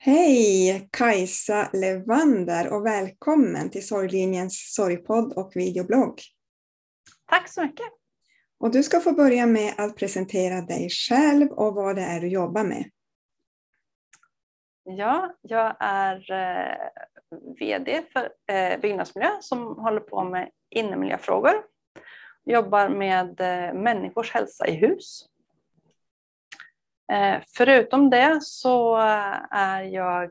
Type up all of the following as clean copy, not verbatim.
Hej Kajsa Levander och välkommen till Sorglinjens sorgpodd och videoblogg. Tack så mycket. Och du ska få börja med att presentera dig själv och vad det är du jobbar med. Ja, jag är vd för Byggnadsmiljö som håller på med innemiljöfrågor. Jobbar med människors hälsa i hus. Förutom det så är jag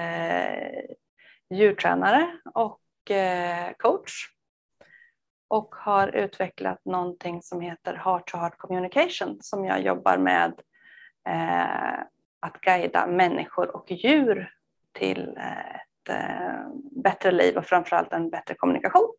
djurtränare och coach. Och har utvecklat någonting som heter Heart-to-Heart Communication som jag jobbar med att guida människor och djur till ett bättre liv och framförallt en bättre kommunikation.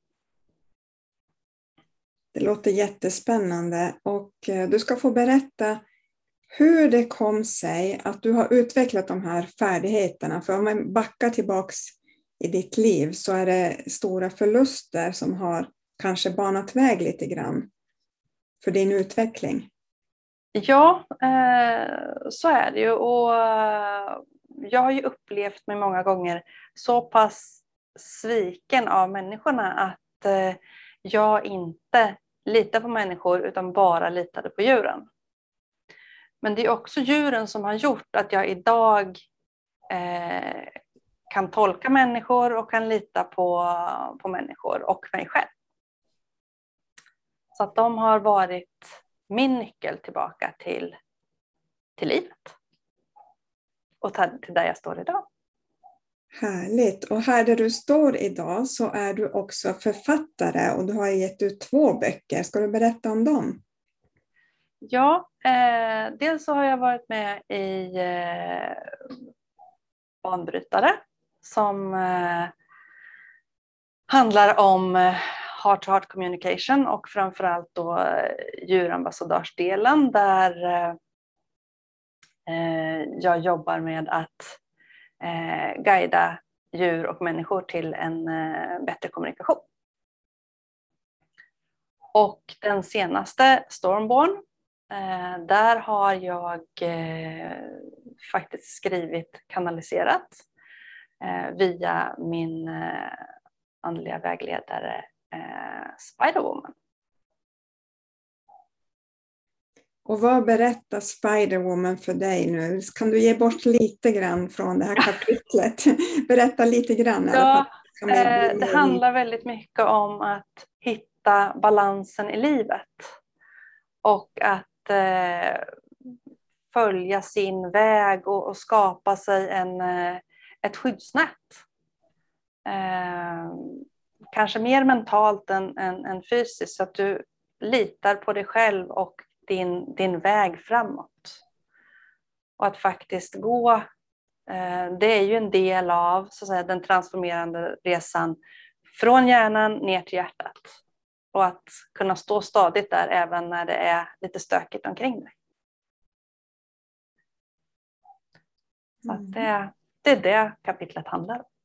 Det låter jättespännande och du ska få berätta hur det kom sig att du har utvecklat de här färdigheterna. För om man backar tillbaks i ditt liv så är det stora förluster som har kanske banat väg lite grann för din utveckling. Ja, så är det ju. Och jag har ju upplevt mig många gånger så pass sviken av människorna att jag inte litar på människor utan bara litade på djuren. Men det är också djuren som har gjort att jag idag kan tolka människor och kan lita på människor och mig själv. Så att de har varit min nyckel tillbaka till livet. Och till där jag står idag. Härligt. Och här där du står idag så är du också författare och du har gett ut 2 böcker. Ska du berätta om dem? Ja, dels så har jag varit med i Banbrytare som handlar om heart-to-heart communication och framförallt då djurambassadörsdelen där jag jobbar med att guida djur och människor till en bättre kommunikation. Och den senaste Stormborn, där har jag faktiskt kanaliserat via min andliga vägledare Spider-Woman. Och vad berättar Spider-Woman för dig nu? Kan du ge bort lite grann från det här kapitlet? Berätta lite grann i alla fall. Det handlar väldigt mycket om att hitta balansen i livet. Och att följa sin väg och skapa sig ett skyddsnät. Kanske mer mentalt än fysiskt så att du litar på dig själv och din väg framåt. Och att faktiskt gå, det är ju en del av så att säga, den transformerande resan från hjärnan ner till hjärtat. Och att kunna stå stadigt där även när det är lite stökigt omkring dig. Så att det är det kapitlet handlar om.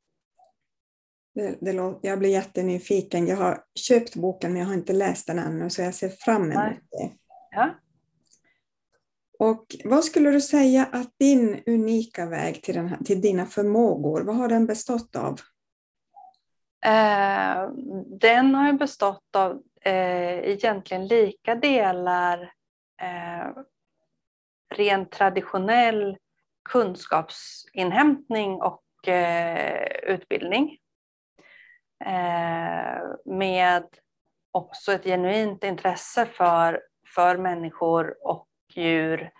Jag blir jättenyfiken. Jag har köpt boken men jag har inte läst den ännu så jag ser fram emot det. Ja. Och vad skulle du säga att din unika väg till dina förmågor, vad har den bestått av? Den har ju bestått av egentligen lika delar rent traditionell kunskapsinhämtning och utbildning. Med också ett genuint intresse för människor och djur.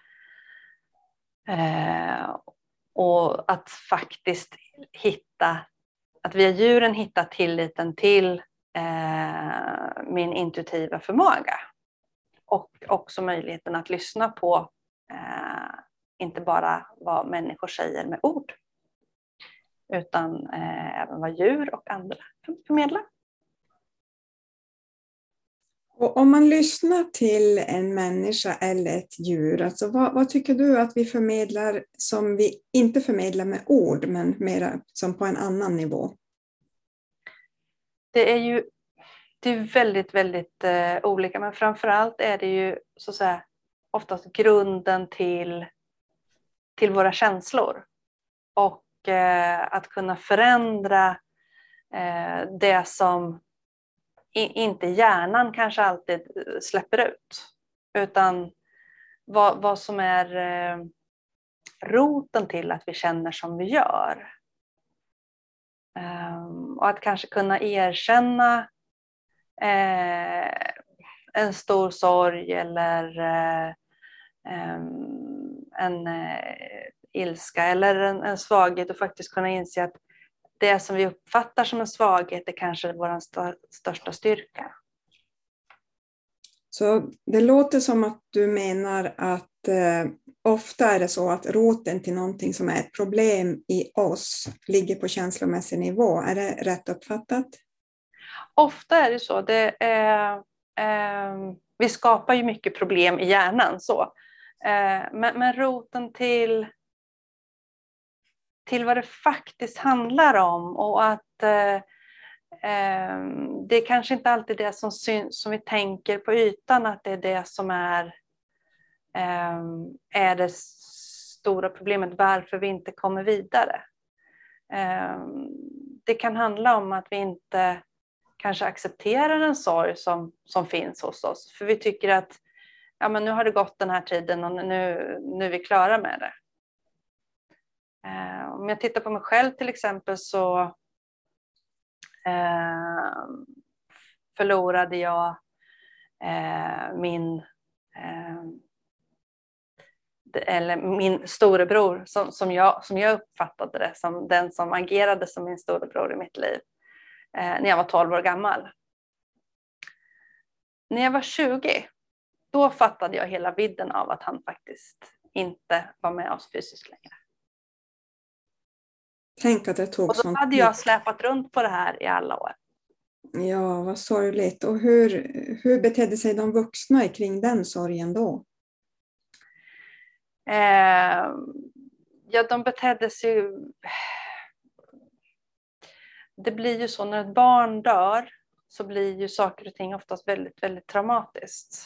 Och att faktiskt att via djuren hitta tilliten till min intuitiva förmåga. Och också möjligheten att lyssna på inte bara vad människor säger med ord. Utan även vad djur och andra förmedlar. Och om man lyssnar till en människa eller ett djur, alltså vad tycker du att vi förmedlar som vi inte förmedlar med ord men mer som på en annan nivå? Det är väldigt, väldigt olika, men framförallt är det ju så att säga oftast grunden till våra känslor. Och att kunna förändra det som inte hjärnan kanske alltid släpper ut. Utan vad som är roten till att vi känner som vi gör. Och att kanske kunna erkänna en stor sorg eller en ilska eller en svaghet, och faktiskt kunna inse att det som vi uppfattar som en svaghet är kanske vår största styrka. Så det låter som att du menar att ofta är det så att roten till någonting som är ett problem i oss ligger på känslomässig nivå. Är det rätt uppfattat? Ofta är det så. Vi skapar ju mycket problem i hjärnan. Så. Men roten till vad det faktiskt handlar om, och att det är kanske inte alltid det som vi tänker på ytan, att det är det som är det stora problemet, varför vi inte kommer vidare. Det kan handla om att vi inte kanske accepterar en sorg som finns hos oss, för vi tycker att ja, men nu har det gått den här tiden och nu är vi klara med det. Om jag tittar på mig själv till exempel, så förlorade jag min storebror som jag uppfattade det som den som agerade som min storebror i mitt liv när jag var 12 år gammal. När jag var 20, då fattade jag hela vidden av att han faktiskt inte var med oss fysiskt längre. Tänk att det tog sånt. Och då hade jag släpat runt på det här i alla år. Ja, vad sorgligt. Och hur betedde sig de vuxna kring den sorgen då? Ja, de betedde sig ju... Det blir ju så när ett barn dör, så blir ju saker och ting oftast väldigt, väldigt traumatiskt.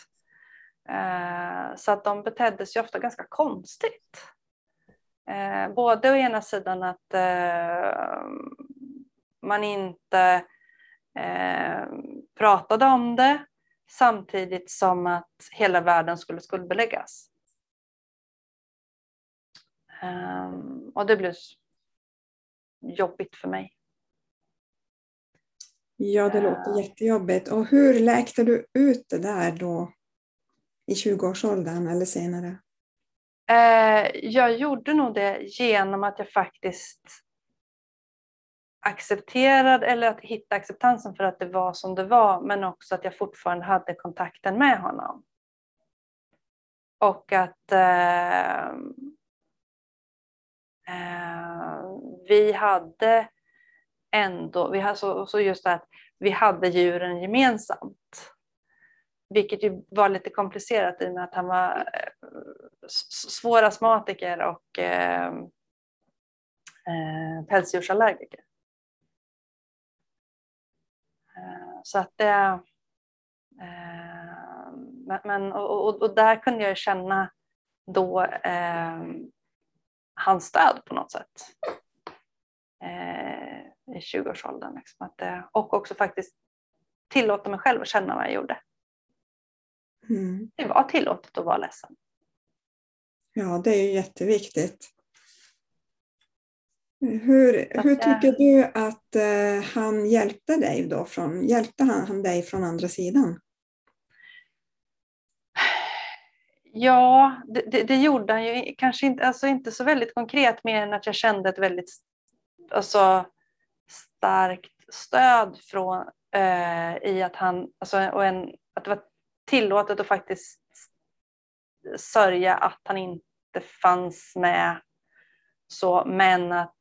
Så att de betedde sig ofta ganska konstigt. Både å ena sidan att man inte pratade om det, samtidigt som att hela världen skulle skuldbeläggas. Och det blev jobbigt för mig. Ja, det låter jättejobbigt. Och hur läkte du ut det där då i 20-årsåldern eller senare? Jag gjorde nog det genom att jag faktiskt accepterade, eller att hitta acceptansen för att det var som det var, men också att jag fortfarande hade kontakten med honom. Och att vi hade ändå, så just det att vi hade djuren gemensamt. Vilket ju var lite komplicerat i och med att han var svår astmatiker och pälsdjursallergiker. Så att det... och där kunde jag känna då hans stöd på något sätt. I 20-årsåldern. Liksom, och också faktiskt tillåta mig själv att känna vad jag gjorde. Mm. Det var tillåtet att vara ledsen. Ja, det är ju jätteviktigt. Hur tycker du att han hjälpte dig då? Hjälpte han dig från andra sidan? Ja, det gjorde han ju kanske inte så väldigt konkret, mer än att jag kände ett väldigt starkt stöd från i att han, att det var tillåtet att faktiskt sörja att han inte fanns med, så, men att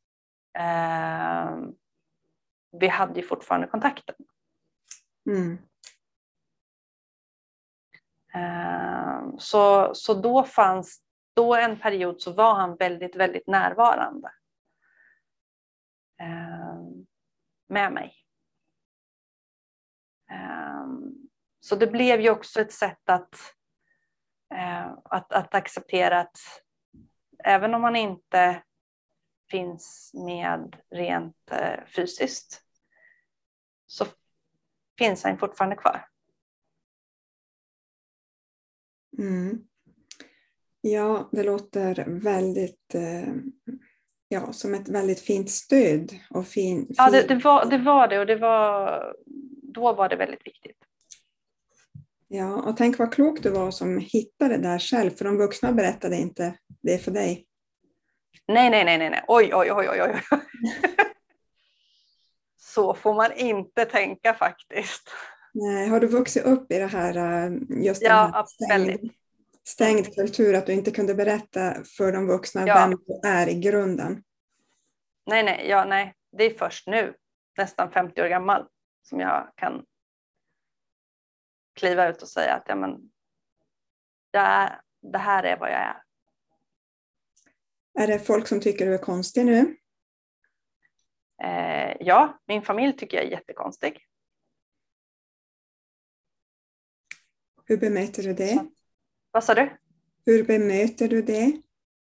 vi hade ju fortfarande kontakten. Mm. Så då fanns en period så var han väldigt, väldigt närvarande med mig. Så det blev ju också ett sätt att acceptera att även om man inte finns med rent fysiskt, så finns han fortfarande kvar. Mm. Ja, det låter väldigt, som ett väldigt fint stöd. Och Ja, det var det, och då var det väldigt viktigt. Ja, och tänk vad klok du var som hittade det där själv, för de vuxna berättade inte det för dig. Nej. Oj. Så får man inte tänka faktiskt. Nej, har du vuxit upp i det här, just den Ja, här stängd kultur, att du inte kunde berätta för de vuxna vem du är i grunden? Nej. Det är först nu, nästan 50 år gammal, som jag kan kliva ut och säga att det här är vad jag är. Är det folk som tycker du är konstig nu? Ja, min familj tycker jag är jättekonstig. Hur bemöter du det? Vad sa du? Hur bemöter du det?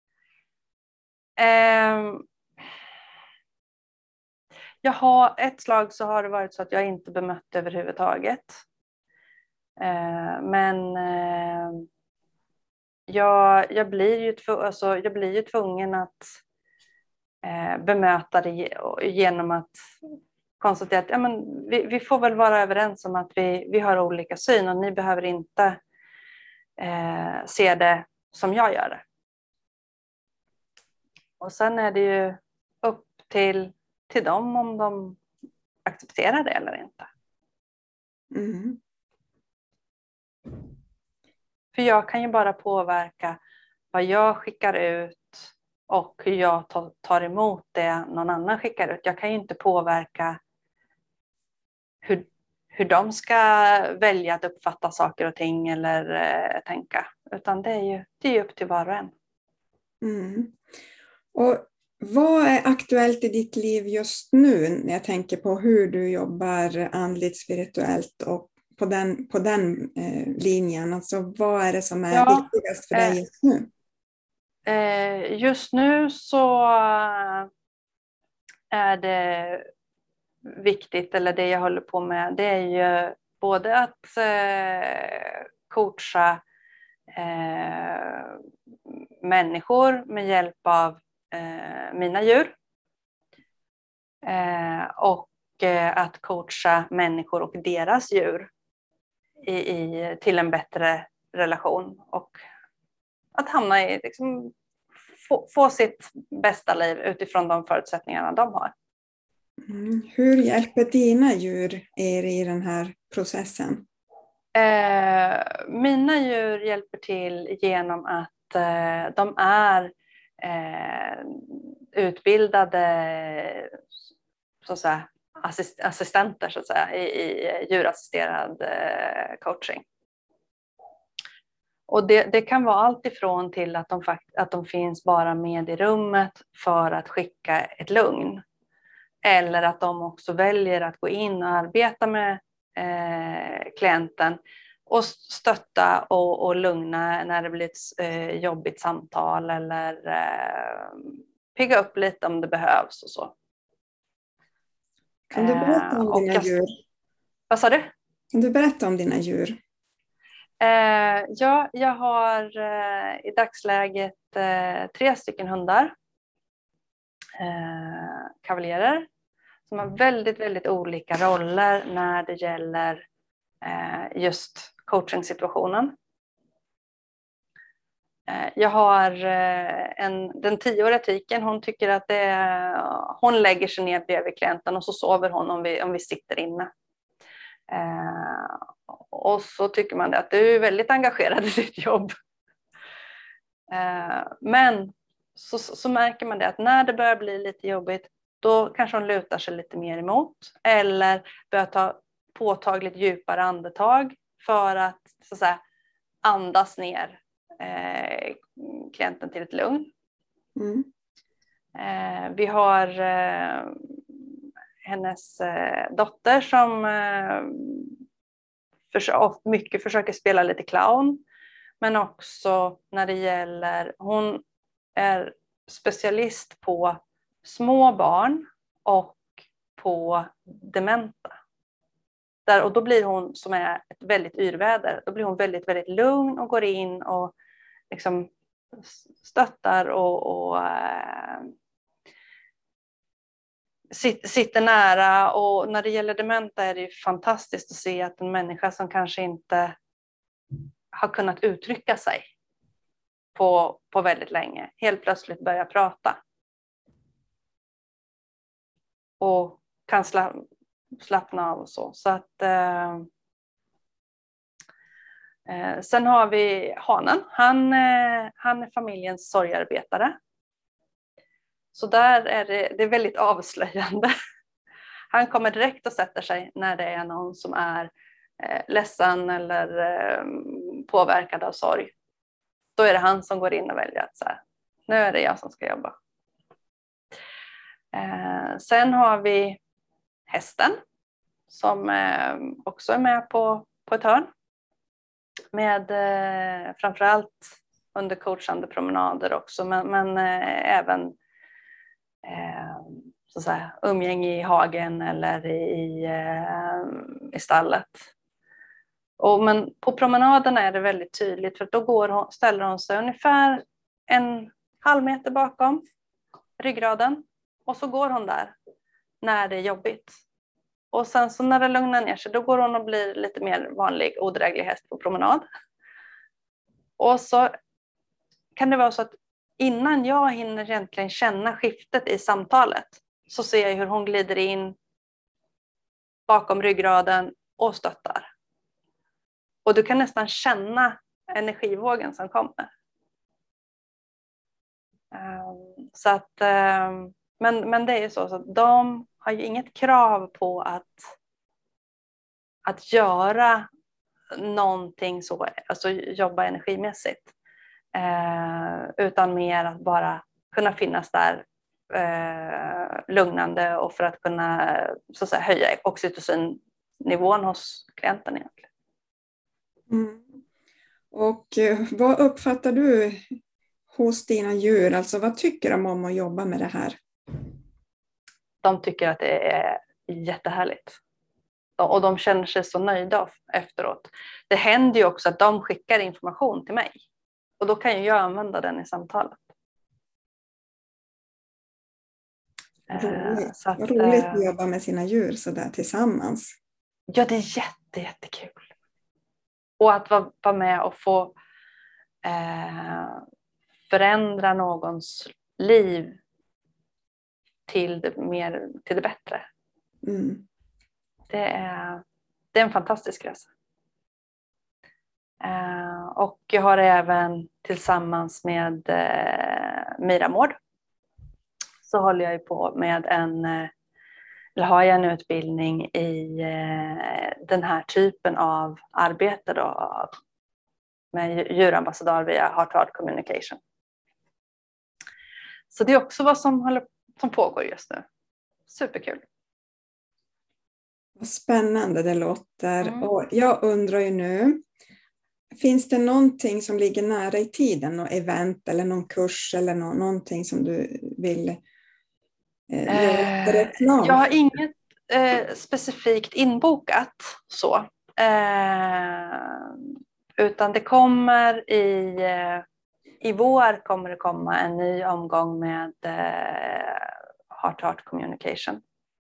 Ett slag så har det varit så att jag inte bemött överhuvudtaget. Men jag blir ju tvungen att bemöta det genom att konstatera att vi får väl vara överens om att vi har olika syn, och ni behöver inte se det som jag gör det. Och sen är det ju upp till dem om de accepterar det eller inte. Mm. För jag kan ju bara påverka vad jag skickar ut och hur jag tar emot det någon annan skickar ut. Jag kan ju inte påverka hur de ska välja att uppfatta saker och ting eller tänka. Utan det är ju upp till var och en. Mm. Och vad är aktuellt i ditt liv just nu, när jag tänker på hur du jobbar andligt, spirituellt och på den linjen? Alltså, vad är det som är viktigast för dig just nu? Just nu så är det viktigt, eller det jag håller på med, det är ju både att coacha människor med hjälp av mina djur, och att coacha människor och deras djur till en bättre relation, och att hamna i få sitt bästa liv utifrån de förutsättningarna de har. Hur hjälper dina djur er i den här processen? Mina djur hjälper till genom att de är utbildade så att säga, assistenter så att säga, i djurassisterad coaching. Och det kan vara allt ifrån till att de finns bara med i rummet för att skicka ett lugn. Eller att de också väljer att gå in och arbeta med klienten och stötta och lugna när det blir ett jobbigt samtal, eller pigga upp lite om det behövs och så. Kan du berätta om dina djur? Vad sa du? Kan du berätta om dina djur? Ja, jag har i dagsläget 3 stycken hundar. Kavaljerer. Som har väldigt, väldigt olika roller när det gäller just coachingsituationen. Jag har den 10-åriga tiken, hon tycker att hon lägger sig ner bredvid klienten och så sover hon om vi sitter inne. Och så tycker man att du är väldigt engagerad i ditt jobb. Men så märker man det att när det börjar bli lite jobbigt, då kanske hon lutar sig lite mer emot eller börjar ta påtagligt djupare andetag för att så att säga andas ner klienten till ett lugn. Mm. Vi har hennes dotter som mycket försöker spela lite clown, men också när det gäller, hon är specialist på små barn och på dementa. Och då blir hon, som är ett väldigt yrväder, då blir hon väldigt, väldigt lugn och går in och liksom stöttar och sitter nära. Och när det gäller dementa är det ju fantastiskt att se att en människa som kanske inte har kunnat uttrycka sig på väldigt länge helt plötsligt börjar prata. Och kan slappna av och så. Så att, sen har vi hanen. Han är familjens sorgarbetare. Så där är det är väldigt avslöjande. Han kommer direkt och sätter sig när det är någon som är ledsen eller påverkad av sorg. Då är det han som går in och väljer att så här, nu är det jag som ska jobba. Sen har vi hästen som också är med på ett hörn. Med framförallt under coachande promenader också, men även så att säga, umgänge i hagen eller i stallet. Men på promenaderna är det väldigt tydligt, för då ställer hon sig ungefär 1,5 meter bakom ryggraden och så går hon där när det är jobbigt. Och sen så när det lugnar ner sig, då går hon och blir lite mer vanlig odräglig häst på promenad. Och så kan det vara så att innan jag hinner egentligen känna skiftet i samtalet så ser jag hur hon glider in bakom ryggraden och stöttar. Och du kan nästan känna energivågen som kommer. Så att, men det är ju så att de har ju inget krav på att göra någonting så, alltså jobba energimässigt. Utan mer att bara kunna finnas där lugnande och för att kunna så att säga, höja oxytocinnivån hos klienten egentligen. Mm. Och vad uppfattar du hos dina djur? Alltså vad tycker de om att jobba med det här? De tycker att det är jättehärligt. Och de känner sig så nöjda efteråt. Det händer ju också att de skickar information till mig. Och då kan ju jag använda den i samtalet. Roligt. Vad roligt att jobba med sina djur så där tillsammans. Ja, det är jättekul. Och att vara med och få förändra någons liv till det bättre. Mm. Det är en fantastisk resa. Och jag har även tillsammans med Mira Mård så håller jag på med har jag en utbildning i den här typen av arbete då, med djurambassadör via Heart Communication. Så det är också vad som pågår just nu. Superkul. Vad spännande det låter. Mm. Och jag undrar ju nu, finns det någonting som ligger nära i tiden? Något event eller någon kurs eller någonting som du vill göra reklam? Jag har inget specifikt inbokat så. Utan det kommer i vår kommer det komma en ny omgång med Heart Communication.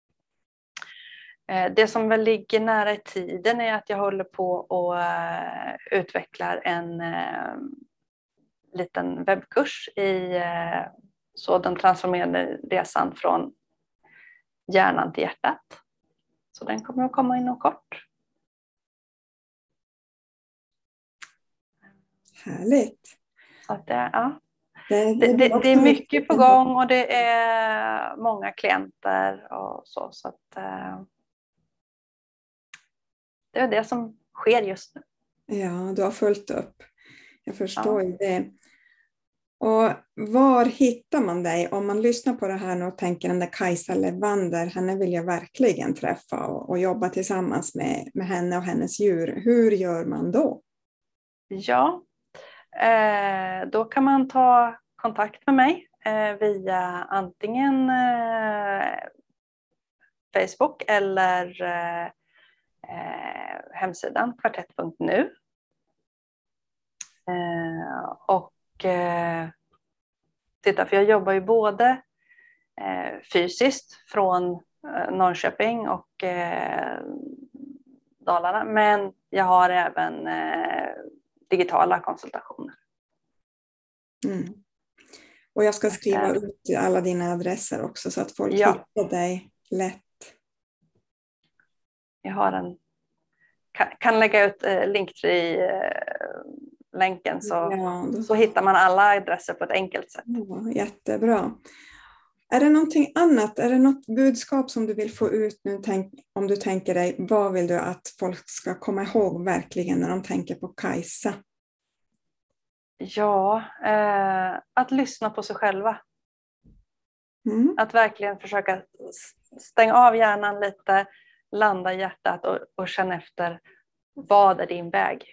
Det som väl ligger nära i tiden är att jag håller på och utvecklar en liten webbkurs i den transformerade resan från hjärnan till hjärtat. Så den kommer att komma inom kort. Härligt. Så att, ja. Det är mycket på gång och det är många klienter och så. Så att, det är det som sker just nu. Ja, du har följt upp. Jag förstår ju det. Och var hittar man dig? Om man lyssnar på det här nu och tänker den där Kajsa Levander, henne vill jag verkligen träffa och jobba tillsammans med henne och hennes djur. Hur gör man då? Ja, då kan man ta kontakt med mig via antingen Facebook eller hemsidan kvartett.nu. Titta, för jag jobbar ju både fysiskt från Norrköping och Dalarna, men jag har även digitala konsultationer. Mm. Och jag ska skriva ut alla dina adresser också så att folk hittar dig lätt. Jag har kan lägga ut Linktree-länken så hittar man alla adresser på ett enkelt sätt. Ja, jättebra. Är det någonting annat? Är det något budskap som du vill få ut nu? Om du tänker dig, vad vill du att folk ska komma ihåg verkligen när de tänker på Kajsa? Ja, att lyssna på sig själva. Mm. Att verkligen försöka stänga av hjärnan lite, landa i hjärtat och känna efter, vad är din väg?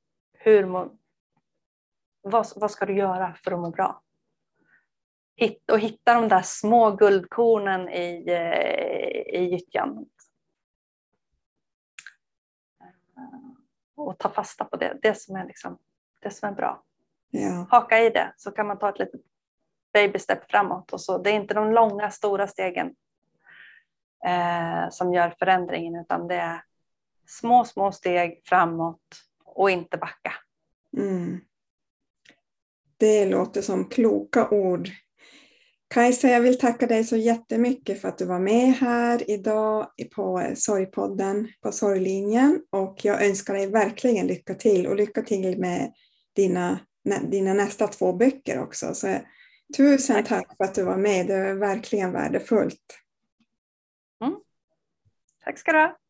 Vad ska du göra för att må bra? Och hitta de där små guldkornen i gyttjan. Och ta fasta på det som är bra. Ja. Haka i det, så kan man ta ett litet baby step framåt. Och så. Det är inte de långa, stora stegen som gör förändringen, utan det är små steg framåt och inte backa. Mm. Det låter som kloka ord. Kajsa, jag vill tacka dig så jättemycket för att du var med här idag på Sorgpodden, på Sorglinjen. Och jag önskar dig verkligen lycka till, och lycka till med dina nästa 2 böcker också. Så tusen tack för att du var med, det är verkligen värdefullt. Tack ska du ha.